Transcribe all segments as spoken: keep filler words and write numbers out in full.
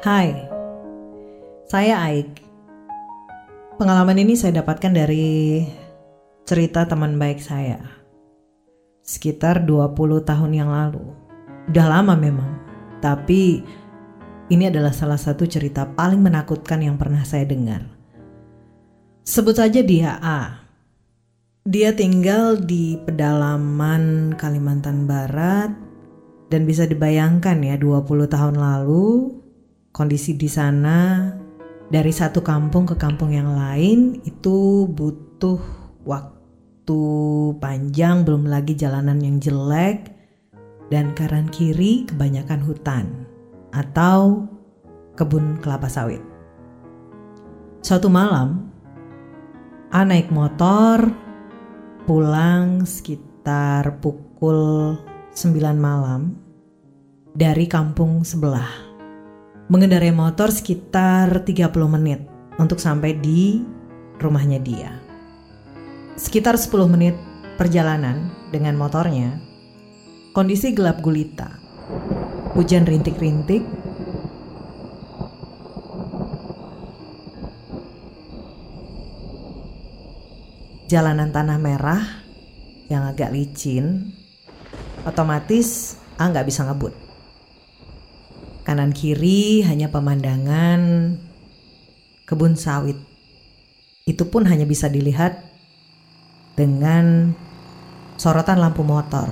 Hai, saya Aik. Pengalaman ini saya dapatkan dari cerita teman baik saya. Sekitar dua puluh tahun yang lalu. Udah lama memang, tapi ini adalah salah satu cerita paling menakutkan yang pernah saya dengar. Sebut saja dia A. Dia tinggal di pedalaman Kalimantan Barat dan bisa dibayangkan ya dua puluh tahun lalu kondisi di sana dari satu kampung ke kampung yang lain itu butuh waktu panjang, belum lagi jalanan yang jelek dan kanan kiri kebanyakan hutan atau kebun kelapa sawit. Suatu malam A naik motor pulang sekitar pukul sembilan malam dari kampung sebelah. Mengendarai motor sekitar tiga puluh menit untuk sampai di rumahnya dia. Sekitar sepuluh menit perjalanan dengan motornya, kondisi gelap gulita. Hujan rintik-rintik. Jalanan tanah merah yang agak licin. Otomatis A nggak bisa ngebut. Kanan kiri hanya pemandangan kebun sawit. Itu pun hanya bisa dilihat dengan sorotan lampu motor.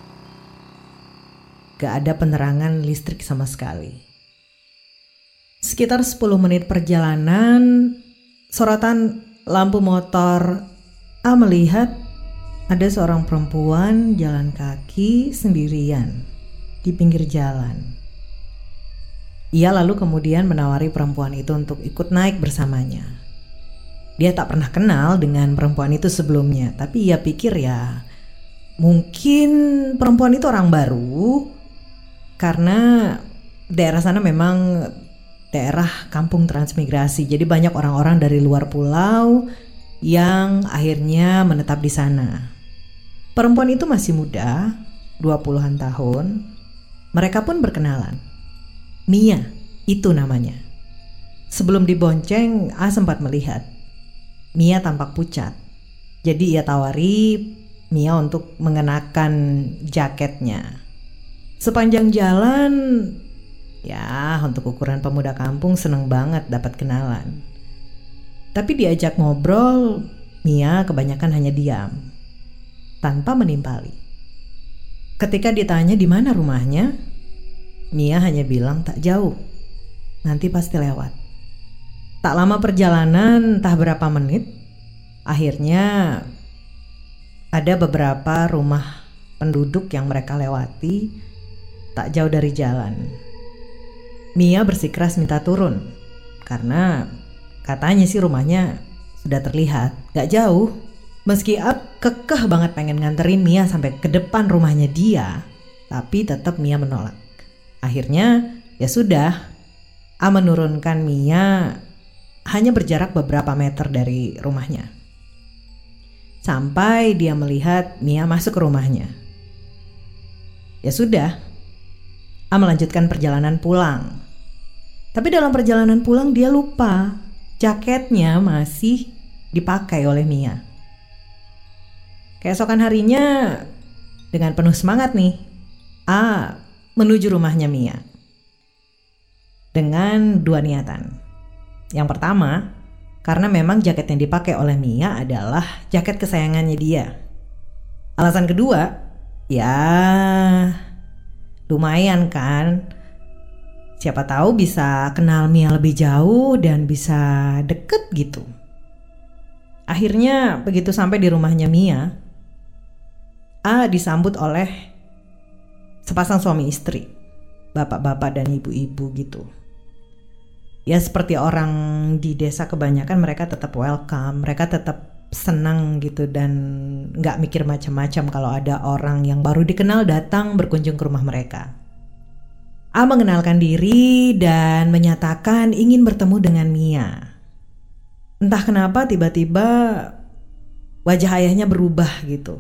Gak ada penerangan listrik sama sekali. Sekitar sepuluh menit perjalanan, sorotan lampu motor, A melihat ada seorang perempuan jalan kaki sendirian di pinggir jalan. Ia lalu kemudian menawari perempuan itu untuk ikut naik bersamanya. Dia tak pernah kenal dengan perempuan itu sebelumnya, tapi ia pikir ya mungkin perempuan itu orang baru karena daerah sana memang daerah kampung transmigrasi. Jadi banyak orang-orang dari luar pulau yang akhirnya menetap di sana. Perempuan itu masih muda, dua puluhan tahun. Mereka pun berkenalan. Mia, itu namanya. Sebelum dibonceng, A sempat melihat Mia tampak pucat. Jadi ia tawari Mia untuk mengenakan jaketnya. Sepanjang jalan, ya untuk ukuran pemuda kampung seneng banget dapat kenalan. Tapi diajak ngobrol, Mia kebanyakan hanya diam, tanpa menimpali. Ketika ditanya di mana rumahnya, Mia hanya bilang tak jauh, nanti pasti lewat. Tak lama perjalanan, entah berapa menit, akhirnya ada beberapa rumah penduduk yang mereka lewati tak jauh dari jalan. Mia bersikeras minta turun, karena katanya sih rumahnya sudah terlihat, gak jauh. Meski Ab kekeh banget pengen nganterin Mia sampai ke depan rumahnya dia, tapi tetap Mia menolak. Akhirnya ya sudah, A menurunkan Mia hanya berjarak beberapa meter dari rumahnya. Sampai dia melihat Mia masuk ke rumahnya. Ya sudah, A melanjutkan perjalanan pulang. Tapi dalam perjalanan pulang dia lupa jaketnya masih dipakai oleh Mia. Keesokan harinya dengan penuh semangat nih, A menuju rumahnya Mia dengan dua niatan. Yang pertama, karena memang jaket yang dipakai oleh Mia adalah jaket kesayangannya dia. Alasan kedua, ya lumayan kan, siapa tahu bisa kenal Mia lebih jauh dan bisa deket gitu. Akhirnya begitu sampai di rumahnya Mia, A disambut oleh sepasang suami istri, bapak-bapak dan ibu-ibu gitu. Ya seperti orang di desa kebanyakan, mereka tetap welcome, mereka tetap senang gitu dan gak mikir macam-macam kalau ada orang yang baru dikenal datang berkunjung ke rumah mereka. A mengenalkan diri dan menyatakan ingin bertemu dengan Mia. Entah kenapa tiba-tiba wajah ayahnya berubah gitu,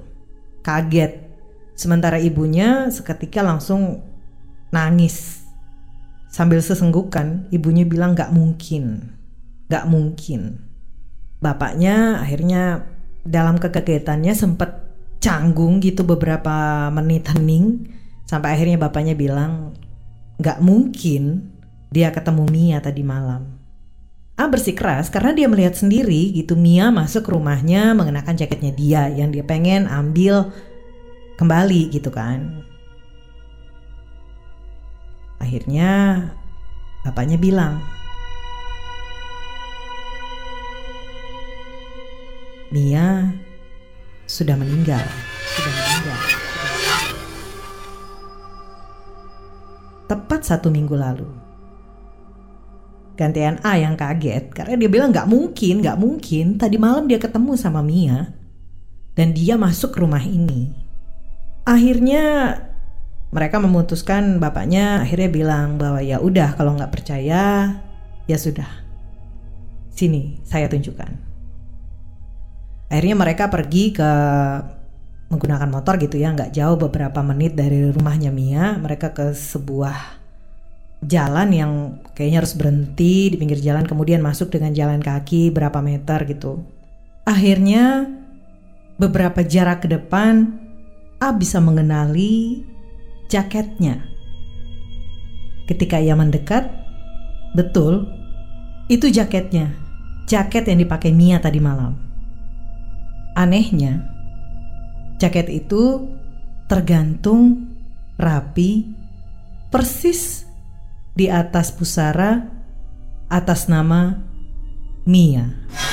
kaget. Sementara ibunya seketika langsung nangis Sambil sesenggukan, ibunya bilang gak mungkin, gak mungkin. Bapaknya akhirnya dalam kekagetannya sempat canggung gitu beberapa menit hening. Sampai akhirnya bapaknya bilang, gak mungkin dia ketemu Mia tadi malam. A bersikeras karena dia melihat sendiri gitu Mia masuk ke rumahnya mengenakan jaketnya dia yang dia pengen ambil kembali gitu kan. Akhirnya bapaknya bilang, Mia sudah meninggal, sudah meninggal. Tepat satu minggu lalu. Gantian A yang kaget karena dia bilang gak mungkin, gak mungkin. Tadi malam dia ketemu sama Mia dan dia masuk ke rumah ini. Akhirnya mereka memutuskan, bapaknya akhirnya bilang bahwa ya udah kalau nggak percaya ya sudah, sini saya tunjukkan. Akhirnya mereka pergi ke menggunakan motor gitu ya, nggak jauh beberapa menit dari rumahnya Mia. Mereka ke sebuah jalan yang kayaknya harus berhenti di pinggir jalan, kemudian masuk dengan jalan kaki berapa meter gitu. Akhirnya beberapa jarak ke depan A bisa mengenali jaketnya. Ketika ia mendekat, betul, itu jaketnya. Jaket yang dipakai Mia tadi malam. Anehnya, jaket itu tergantung rapi, persis di atas pusara atas nama Mia.